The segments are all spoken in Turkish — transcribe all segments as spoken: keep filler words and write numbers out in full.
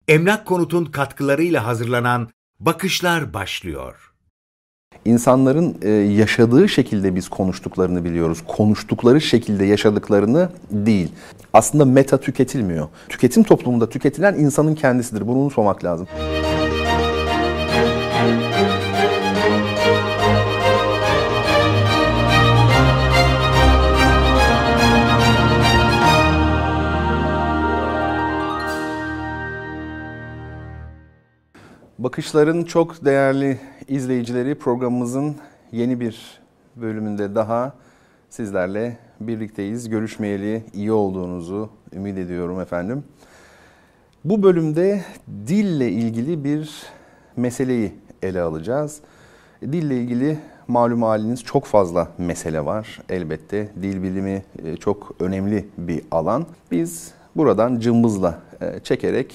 Emlak Konut'un katkılarıyla hazırlanan Bakışlar başlıyor. İnsanların e, yaşadığı şekilde biz konuştuklarını biliyoruz. Konuştukları şekilde yaşadıklarını değil. Aslında meta tüketilmiyor. Tüketim toplumunda tüketilen insanın kendisidir. Bunu unutmamak lazım. Bakışların çok değerli izleyicileri, programımızın yeni bir bölümünde daha sizlerle birlikteyiz. Görüşmeyeli iyi olduğunuzu ümit ediyorum efendim. Bu bölümde dille ilgili bir meseleyi ele alacağız. Dille ilgili malum haliniz çok fazla mesele var elbette. Dil bilimi çok önemli bir alan. Biz buradan cımbızla çekerek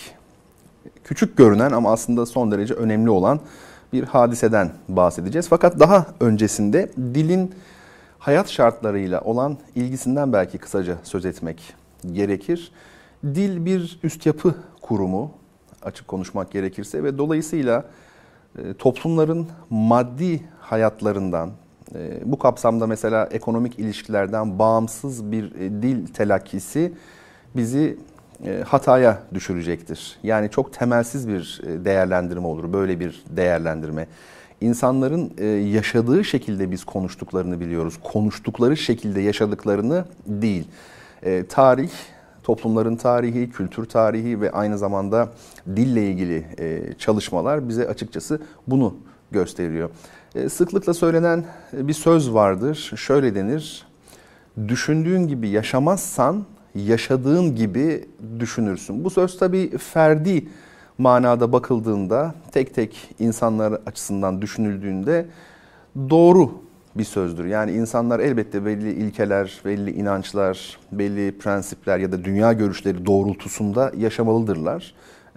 küçük görünen ama aslında son derece önemli olan bir hadiseden bahsedeceğiz. Fakat daha öncesinde dilin hayat şartlarıyla olan ilgisinden belki kısaca söz etmek gerekir. Dil bir üst yapı kurumu, açık konuşmak gerekirse, ve dolayısıyla toplumların maddi hayatlarından, bu kapsamda mesela ekonomik ilişkilerden bağımsız bir dil telakkisi bizi hataya düşürecektir. Yani çok temelsiz bir değerlendirme olur, böyle bir değerlendirme. İnsanların yaşadığı şekilde biz konuştuklarını biliyoruz. Konuştukları şekilde yaşadıklarını değil. Tarih, toplumların tarihi, kültür tarihi ve aynı zamanda dille ilgili çalışmalar bize açıkçası bunu gösteriyor. Sıklıkla söylenen bir söz vardır. Şöyle denir: düşündüğün gibi yaşamazsan yaşadığın gibi düşünürsün. Bu söz tabii ferdi manada bakıldığında, tek tek insanlar açısından düşünüldüğünde doğru bir sözdür. Yani insanlar elbette belli ilkeler, belli inançlar, belli prensipler ya da dünya görüşleri doğrultusunda yaşamalıdırlar.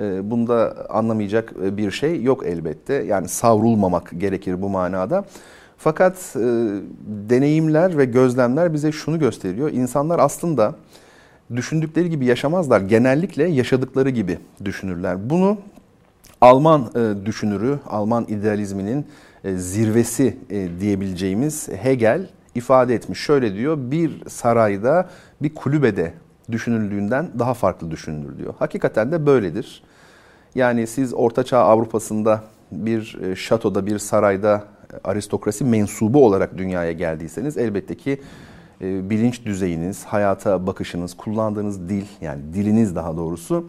Bunda anlamayacak bir şey yok elbette. Yani savrulmamak gerekir bu manada. Fakat e, deneyimler ve gözlemler bize şunu gösteriyor: İnsanlar aslında düşündükleri gibi yaşamazlar. Genellikle yaşadıkları gibi düşünürler. Bunu Alman e, düşünürü, Alman idealizminin e, zirvesi e, diyebileceğimiz Hegel ifade etmiş. Şöyle diyor: bir sarayda, bir kulübede düşünüldüğünden daha farklı düşünülür diyor. Hakikaten de böyledir. Yani siz Ortaçağ Avrupa'sında bir e, şatoda, bir sarayda aristokrasi mensubu olarak dünyaya geldiyseniz elbette ki e, bilinç düzeyiniz, hayata bakışınız, kullandığınız dil, yani diliniz daha doğrusu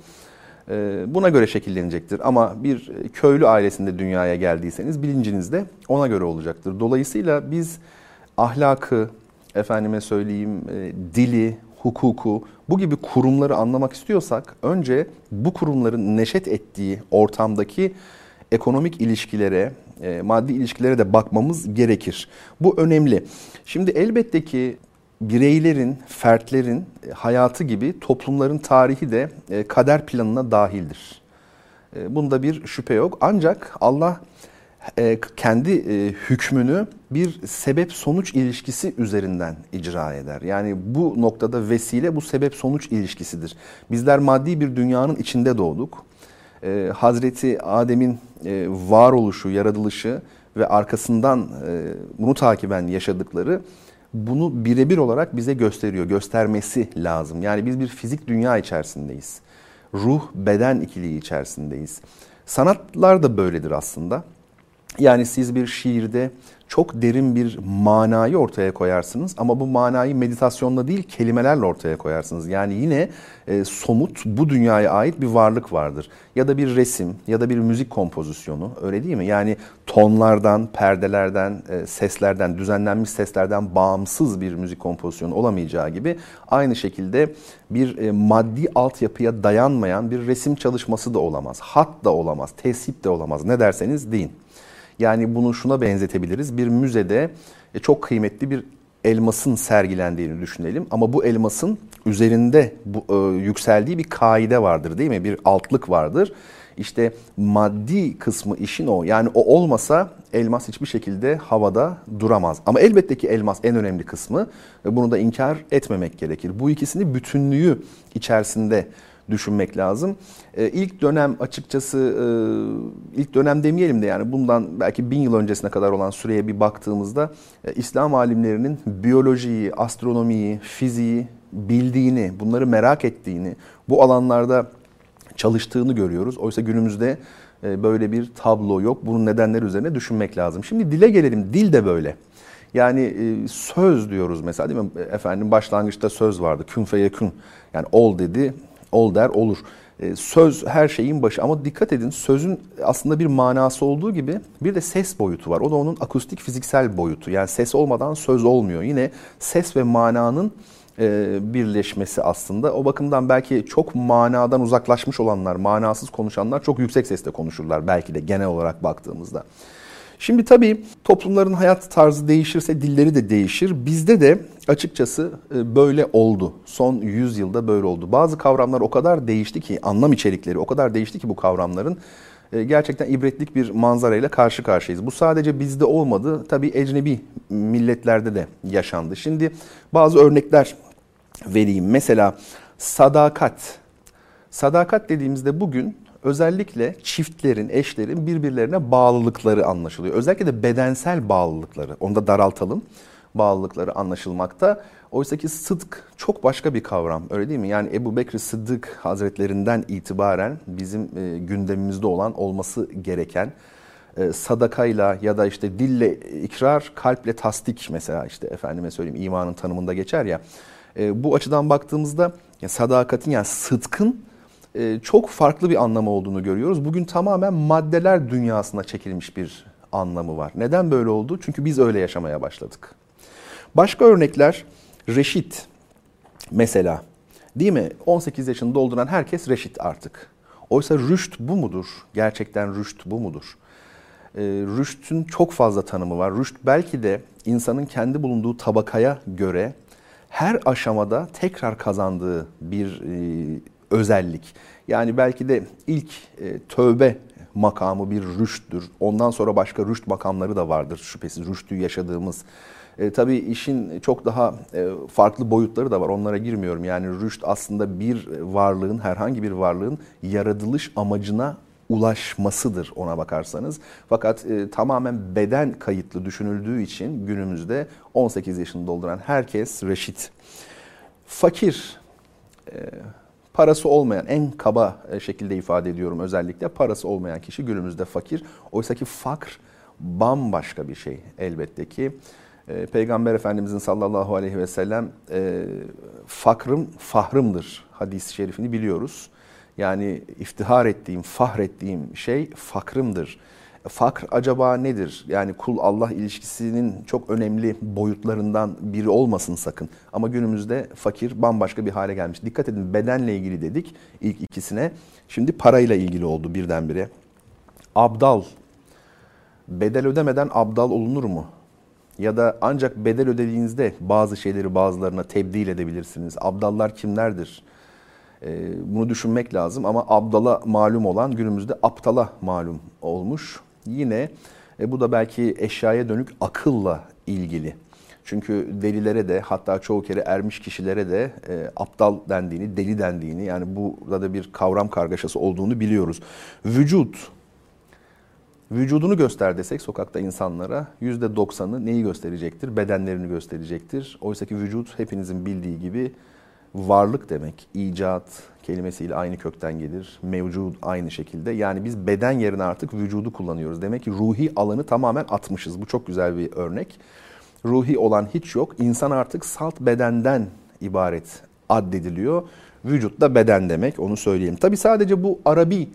e, buna göre şekillenecektir. Ama bir köylü ailesinde dünyaya geldiyseniz bilinciniz de ona göre olacaktır. Dolayısıyla biz ahlakı, efendime söyleyeyim e, dili, hukuku, bu gibi kurumları anlamak istiyorsak önce bu kurumların neşet ettiği ortamdaki ekonomik ilişkilere, maddi ilişkilere de bakmamız gerekir. Bu önemli. Şimdi elbette ki bireylerin, fertlerin hayatı gibi toplumların tarihi de kader planına dahildir. Bunda bir şüphe yok. Ancak Allah kendi hükmünü bir sebep-sonuç ilişkisi üzerinden icra eder. Yani bu noktada vesile bu sebep-sonuç ilişkisidir. Bizler maddi bir dünyanın içinde doğduk. Hazreti Adem'in varoluşu, yaratılışı ve arkasından bunu takiben yaşadıkları bunu birebir olarak bize gösteriyor, göstermesi lazım. Yani biz bir fizik dünya içerisindeyiz. Ruh, beden ikiliği içerisindeyiz. Sanatlar da böyledir aslında. Yani siz bir şiirde çok derin bir manayı ortaya koyarsınız ama bu manayı meditasyonla değil kelimelerle ortaya koyarsınız. Yani yine e, somut, bu dünyaya ait bir varlık vardır. Ya da bir resim ya da bir müzik kompozisyonu, öyle değil mi? Yani tonlardan, perdelerden, e, seslerden, düzenlenmiş seslerden bağımsız bir müzik kompozisyonu olamayacağı gibi aynı şekilde bir e, maddi altyapıya dayanmayan bir resim çalışması da olamaz. Hat da olamaz, tesip de olamaz. Ne derseniz deyin. Yani bunu şuna benzetebiliriz. Bir müzede çok kıymetli bir elmasın sergilendiğini düşünelim. Ama bu elmasın üzerinde bu, e, yükseldiği bir kaide vardır, değil mi? Bir altlık vardır. İşte maddi kısmı işin o. Yani o olmasa elmas hiçbir şekilde havada duramaz. Ama elbette ki elmas en önemli kısmı ve bunu da inkar etmemek gerekir. Bu ikisini bütünlüğü içerisinde düşünmek lazım. E, ilk dönem açıkçası, e, ilk dönem demeyelim de yani bundan belki bin yıl öncesine kadar olan süreye bir baktığımızda e, İslam alimlerinin biyolojiyi, astronomiyi, fiziği bildiğini, bunları merak ettiğini, bu alanlarda çalıştığını görüyoruz. Oysa günümüzde e, böyle bir tablo yok. Bunun nedenleri üzerine düşünmek lazım. Şimdi dile gelelim. Dil de böyle. Yani e, söz diyoruz mesela, değil mi? Efendim başlangıçta söz vardı. Kün feyekün. Yani ol dedi, ol der, olur. E, söz her şeyin başı. Ama dikkat edin, sözün aslında bir manası olduğu gibi bir de ses boyutu var. O da onun akustik fiziksel boyutu. Yani ses olmadan söz olmuyor. Yine ses ve mananın e, birleşmesi aslında. O bakımdan belki çok manadan uzaklaşmış olanlar, manasız konuşanlar çok yüksek sesle konuşurlar belki de genel olarak baktığımızda. Şimdi tabii toplumların hayat tarzı değişirse dilleri de değişir. Bizde de açıkçası böyle oldu. Son yüz yılda böyle oldu. Bazı kavramlar o kadar değişti ki, anlam içerikleri o kadar değişti ki bu kavramların. Gerçekten ibretlik bir manzarayla karşı karşıyayız. Bu sadece bizde olmadı. Tabii ecnebi milletlerde de yaşandı. Şimdi bazı örnekler vereyim. Mesela sadakat. Sadakat dediğimizde bugün özellikle çiftlerin, eşlerin birbirlerine bağlılıkları anlaşılıyor. Özellikle de bedensel bağlılıkları, onu da daraltalım, bağlılıkları anlaşılmakta. Oysa ki sıdk çok başka bir kavram, öyle değil mi? Yani Ebu Bekr Sıddık Hazretlerinden itibaren bizim e, gündemimizde olan, olması gereken e, sadakayla ya da işte dille ikrar, kalple tasdik mesela, işte efendime söyleyeyim imanın tanımında geçer ya. E, bu açıdan baktığımızda ya sadakatin, yani sıdkın çok farklı bir anlamı olduğunu görüyoruz. Bugün tamamen maddeler dünyasına çekilmiş bir anlamı var. Neden böyle oldu? Çünkü biz öyle yaşamaya başladık. Başka örnekler, reşit mesela, değil mi? on sekiz yaşını dolduran herkes reşit artık. Oysa rüşt bu mudur? Gerçekten rüşt bu mudur? E, rüştün çok fazla tanımı var. Rüşt belki de insanın kendi bulunduğu tabakaya göre her aşamada tekrar kazandığı bir e, özellik. Yani belki de ilk e, tövbe makamı bir rüşttür. Ondan sonra başka rüşt makamları da vardır şüphesiz, rüştü yaşadığımız. E, tabii işin çok daha e, farklı boyutları da var. Onlara girmiyorum. Yani rüşt aslında bir varlığın, herhangi bir varlığın yaratılış amacına ulaşmasıdır ona bakarsanız. Fakat e, tamamen beden kayıtlı düşünüldüğü için günümüzde on sekiz yaşını dolduran herkes reşit. Fakir, e, parası olmayan, en kaba şekilde ifade ediyorum özellikle, parası olmayan kişi günümüzde fakir. Oysa ki fakr bambaşka bir şey elbette ki. E, Peygamber Efendimizin sallallahu aleyhi ve sellem e, fakrım fahrımdır hadis-i şerifini biliyoruz. Yani iftihar ettiğim, fahrettiğim şey fakrımdır. Fakr acaba nedir? Yani kul Allah ilişkisinin çok önemli boyutlarından biri olmasın sakın. Ama günümüzde fakir bambaşka bir hale gelmiş. Dikkat edin, bedenle ilgili dedik ilk ikisine. Şimdi parayla ilgili oldu birdenbire. Abdal. Bedel ödemeden abdal olunur mu? Ya da ancak bedel ödediğinizde bazı şeyleri bazılarına tebdil edebilirsiniz. Abdallar kimlerdir? Bunu düşünmek lazım ama abdala malum olan günümüzde aptala malum olmuş. Yine e, bu da belki eşyaya dönük akılla ilgili. Çünkü delilere de, hatta çoğu kere ermiş kişilere de e, aptal dendiğini, deli dendiğini, yani burada da bir kavram kargaşası olduğunu biliyoruz. Vücut, vücudunu göster desek sokakta insanlara yüzde doksanı neyi gösterecektir? Bedenlerini gösterecektir. Oysa ki vücut hepinizin bildiği gibi varlık demek. İcat kelimesiyle aynı kökten gelir. Mevcud aynı şekilde. Yani biz beden yerine artık vücudu kullanıyoruz. Demek ki ruhi alanı tamamen atmışız. Bu çok güzel bir örnek. Ruhi olan hiç yok. İnsan artık salt bedenden ibaret addediliyor. Vücut da beden demek, onu söyleyeyim. Tabii sadece bu Arabi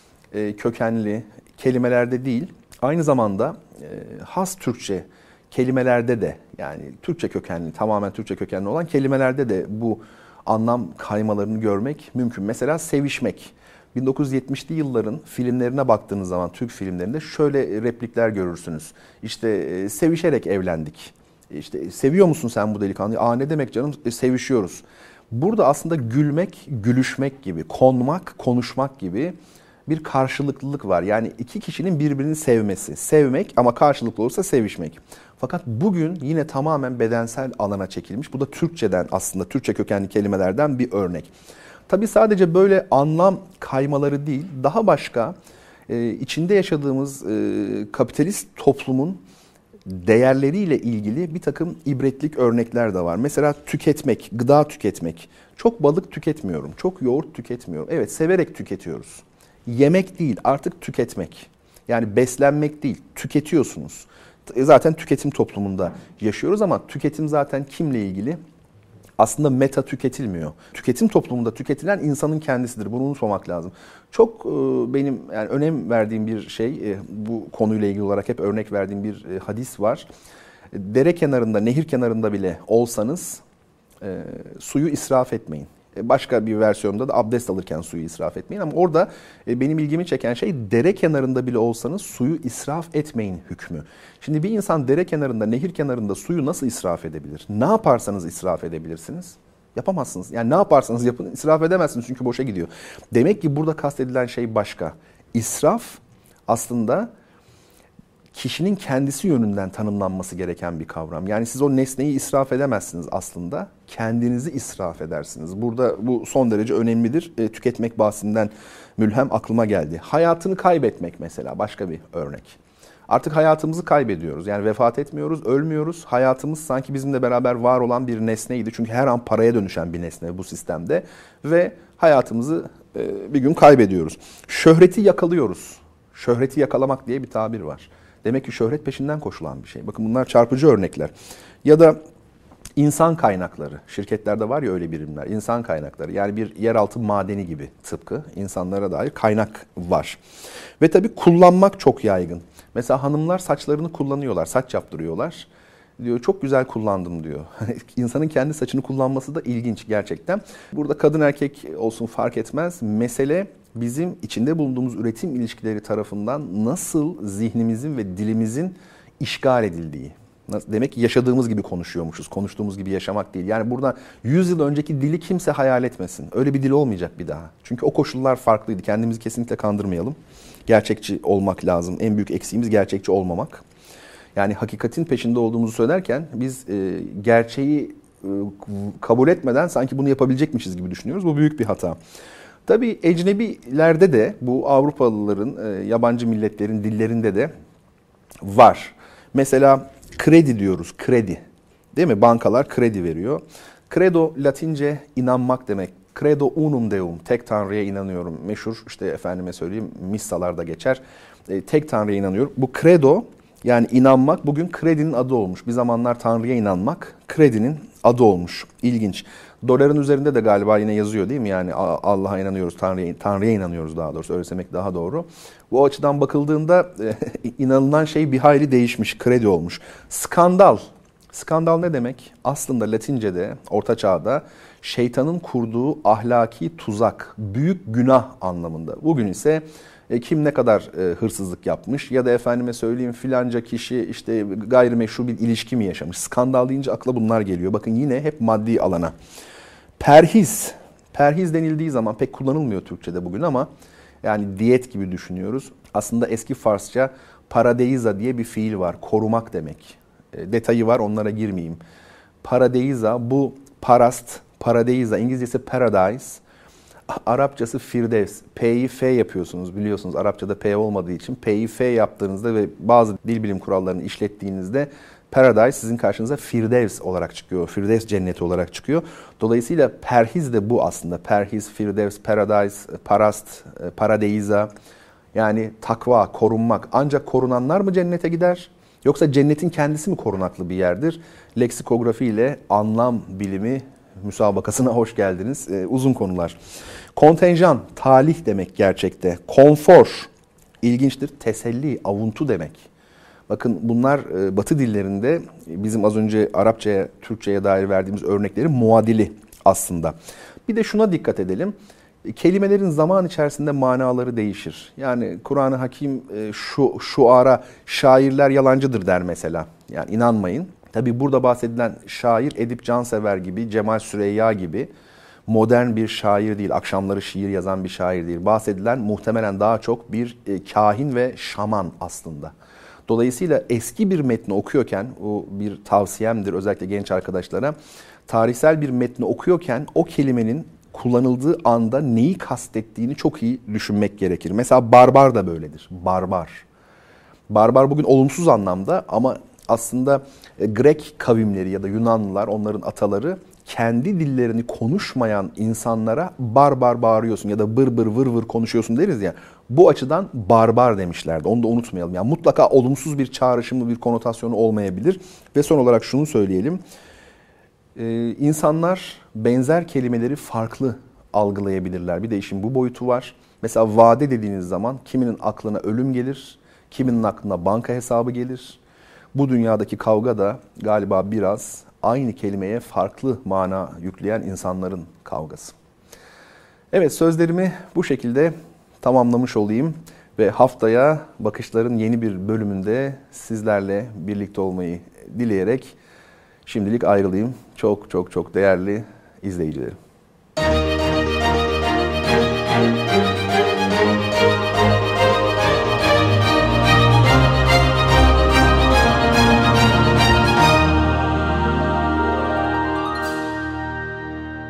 kökenli kelimelerde değil, aynı zamanda has Türkçe kelimelerde de, yani Türkçe kökenli, tamamen Türkçe kökenli olan kelimelerde de bu anlam kaymalarını görmek mümkün. Mesela sevişmek. bin dokuz yüz yetmişli yılların filmlerine baktığınız zaman, Türk filmlerinde şöyle replikler görürsünüz. İşte e, sevişerek evlendik. İşte seviyor musun sen bu delikanlıyı? Aa ne demek canım, e, sevişiyoruz. Burada aslında gülmek, gülüşmek gibi, konmak, konuşmak gibi bir karşılıklılık var. Yani iki kişinin birbirini sevmesi. Sevmek ama karşılıklı olursa sevişmek. Fakat bugün yine tamamen bedensel alana çekilmiş. Bu da Türkçeden, aslında Türkçe kökenli kelimelerden bir örnek. Tabii sadece böyle anlam kaymaları değil, daha başka e, içinde yaşadığımız e, kapitalist toplumun değerleriyle ilgili bir takım ibretlik örnekler de var. Mesela tüketmek, gıda tüketmek. Çok balık tüketmiyorum, çok yoğurt tüketmiyorum. Evet, severek tüketiyoruz. Yemek değil, artık tüketmek. Yani beslenmek değil, tüketiyorsunuz. Zaten tüketim toplumunda yaşıyoruz ama tüketim zaten kimle ilgili? Aslında meta tüketilmiyor. Tüketim toplumunda tüketilen insanın kendisidir. Bunu unutmamak lazım. Çok benim yani önem verdiğim bir şey, bu konuyla ilgili olarak hep örnek verdiğim bir hadis var. Dere kenarında, nehir kenarında bile olsanız e, suyu israf etmeyin. Başka bir versiyonda da abdest alırken suyu israf etmeyin. Ama orada benim ilgimi çeken şey dere kenarında bile olsanız suyu israf etmeyin hükmü. Şimdi bir insan dere kenarında, nehir kenarında suyu nasıl israf edebilir? Ne yaparsanız israf edebilirsiniz? Yapamazsınız. Yani ne yaparsanız yapın israf edemezsiniz çünkü boşa gidiyor. Demek ki burada kastedilen şey başka. İsraf aslında kişinin kendisi yönünden tanımlanması gereken bir kavram. Yani siz o nesneyi israf edemezsiniz aslında. Kendinizi israf edersiniz. Burada bu son derece önemlidir. E, tüketmek bahsinden mülhem aklıma geldi. Hayatını kaybetmek mesela başka bir örnek. Artık hayatımızı kaybediyoruz. Yani vefat etmiyoruz, ölmüyoruz. Hayatımız sanki bizimle beraber var olan bir nesneydi. Çünkü her an paraya dönüşen bir nesne bu sistemde. Ve hayatımızı e, bir gün kaybediyoruz. Şöhreti yakalıyoruz. Şöhreti yakalamak diye bir tabir var. Demek ki şöhret peşinden koşulan bir şey. Bakın bunlar çarpıcı örnekler. Ya da insan kaynakları. Şirketlerde var ya öyle birimler. İnsan kaynakları. Yani bir yeraltı madeni gibi tıpkı insanlara dair kaynak var. Ve tabii kullanmak çok yaygın. Mesela hanımlar saçlarını kullanıyorlar. Saç yaptırıyorlar. Diyor çok güzel kullandım diyor. İnsanın kendi saçını kullanması da ilginç gerçekten. Burada kadın erkek olsun fark etmez. Mesele bizim içinde bulunduğumuz üretim ilişkileri tarafından nasıl zihnimizin ve dilimizin işgal edildiği. Demek ki yaşadığımız gibi konuşuyormuşuz. Konuştuğumuz gibi yaşamak değil. Yani burada yüz yıl önceki dili kimse hayal etmesin. Öyle bir dil olmayacak bir daha. Çünkü o koşullar farklıydı. Kendimizi kesinlikle kandırmayalım. Gerçekçi olmak lazım. En büyük eksiğimiz gerçekçi olmamak. Yani hakikatin peşinde olduğumuzu söylerken biz e, gerçeği e, kabul etmeden sanki bunu yapabilecekmişiz gibi düşünüyoruz. Bu büyük bir hata. Tabii ecnebilerde de bu Avrupalıların, e, yabancı milletlerin dillerinde de var. Mesela kredi diyoruz, kredi. Değil mi? Bankalar kredi veriyor. Credo Latince inanmak demek. Credo unum deum, tek Tanrı'ya inanıyorum. Meşhur işte efendime söyleyeyim missalarda geçer. E, tek Tanrı'ya inanıyorum. Bu credo yani inanmak bugün kredinin adı olmuş. Bir zamanlar Tanrı'ya inanmak kredinin adı olmuş. İlginç. Doların üzerinde de galiba yine yazıyor değil mi? Yani Allah'a inanıyoruz, Tanrı'ya Tanrı'ya inanıyoruz daha doğrusu. Öyle demek daha doğru. Bu açıdan bakıldığında inanılan şey bir hayli değişmiş, kredi olmuş. Skandal. Skandal ne demek? Aslında Latince'de, Orta Çağ'da şeytanın kurduğu ahlaki tuzak, büyük günah anlamında. Bugün ise e, kim ne kadar e, hırsızlık yapmış ya da efendime söyleyeyim filanca kişi işte gayrimeşru bir ilişki mi yaşamış? Skandal deyince akla bunlar geliyor. Bakın yine hep maddi alana. Perhiz. Perhiz denildiği zaman pek kullanılmıyor Türkçe'de bugün ama yani diyet gibi düşünüyoruz. Aslında eski Farsça paradeiza diye bir fiil var. Korumak demek. E, detayı var, onlara girmeyeyim. Paradeiza bu parast, paradeiza, İngilizcesi paradise, Arapçası firdevs. P'yi F yapıyorsunuz biliyorsunuz. Arapçada P olmadığı için P'yi F yaptığınızda ve bazı dil bilim kurallarını işlettiğinizde paradise sizin karşınıza firdevs olarak çıkıyor. Firdevs cenneti olarak çıkıyor. Dolayısıyla perhiz de bu aslında. Perhiz, firdevs, paradise, parast, paradeiza. Yani takva, korunmak. Ancak korunanlar mı cennete gider? Yoksa cennetin kendisi mi korunaklı bir yerdir? Leksikografi ile anlam bilimi müsabakasına hoş geldiniz. Ee, uzun konular. Kontenjan, talih demek gerçekte. Konfor, ilginçtir. Teselli, avuntu demek. Bakın bunlar e, Batı dillerinde bizim az önce Arapçaya, Türkçe'ye dair verdiğimiz örneklerin muadili aslında. Bir de şuna dikkat edelim. Kelimelerin zaman içerisinde manaları değişir. Yani Kur'an-ı Hakim e, şu şu ara şairler yalancıdır der mesela. Yani inanmayın. Tabii burada bahsedilen şair Edip Cansever gibi, Cemal Süreyya gibi modern bir şair değil, akşamları şiir yazan bir şair değil. Bahsedilen muhtemelen daha çok bir e, kahin ve şaman aslında. Dolayısıyla eski bir metni okuyorken, o bir tavsiyemdir özellikle genç arkadaşlara, tarihsel bir metni okuyorken o kelimenin kullanıldığı anda neyi kastettiğini çok iyi düşünmek gerekir. Mesela barbar da böyledir. Barbar. Barbar bugün olumsuz anlamda ama aslında Grek kavimleri ya da Yunanlılar, onların ataları kendi dillerini konuşmayan insanlara barbar bağırıyorsun ya da bır bır vır vır konuşuyorsun deriz ya. Bu açıdan barbar demişlerdi. Onu da unutmayalım. Yani mutlaka olumsuz bir çağrışımlı bir konotasyonu olmayabilir. Ve son olarak şunu söyleyelim. Ee, insanlar benzer kelimeleri farklı algılayabilirler. Bir de işin bu boyutu var. Mesela vade dediğiniz zaman kiminin aklına ölüm gelir, kiminin aklına banka hesabı gelir. Bu dünyadaki kavga da galiba biraz aynı kelimeye farklı mana yükleyen insanların kavgası. Evet, sözlerimi bu şekilde tamamlamış olayım ve haftaya Bakışlar'ın yeni bir bölümünde sizlerle birlikte olmayı dileyerek şimdilik ayrılayım. Çok çok çok değerli izleyicilerim.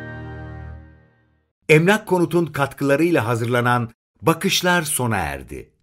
Emlak Konut'un katkılarıyla hazırlanan Bakışlar sona erdi.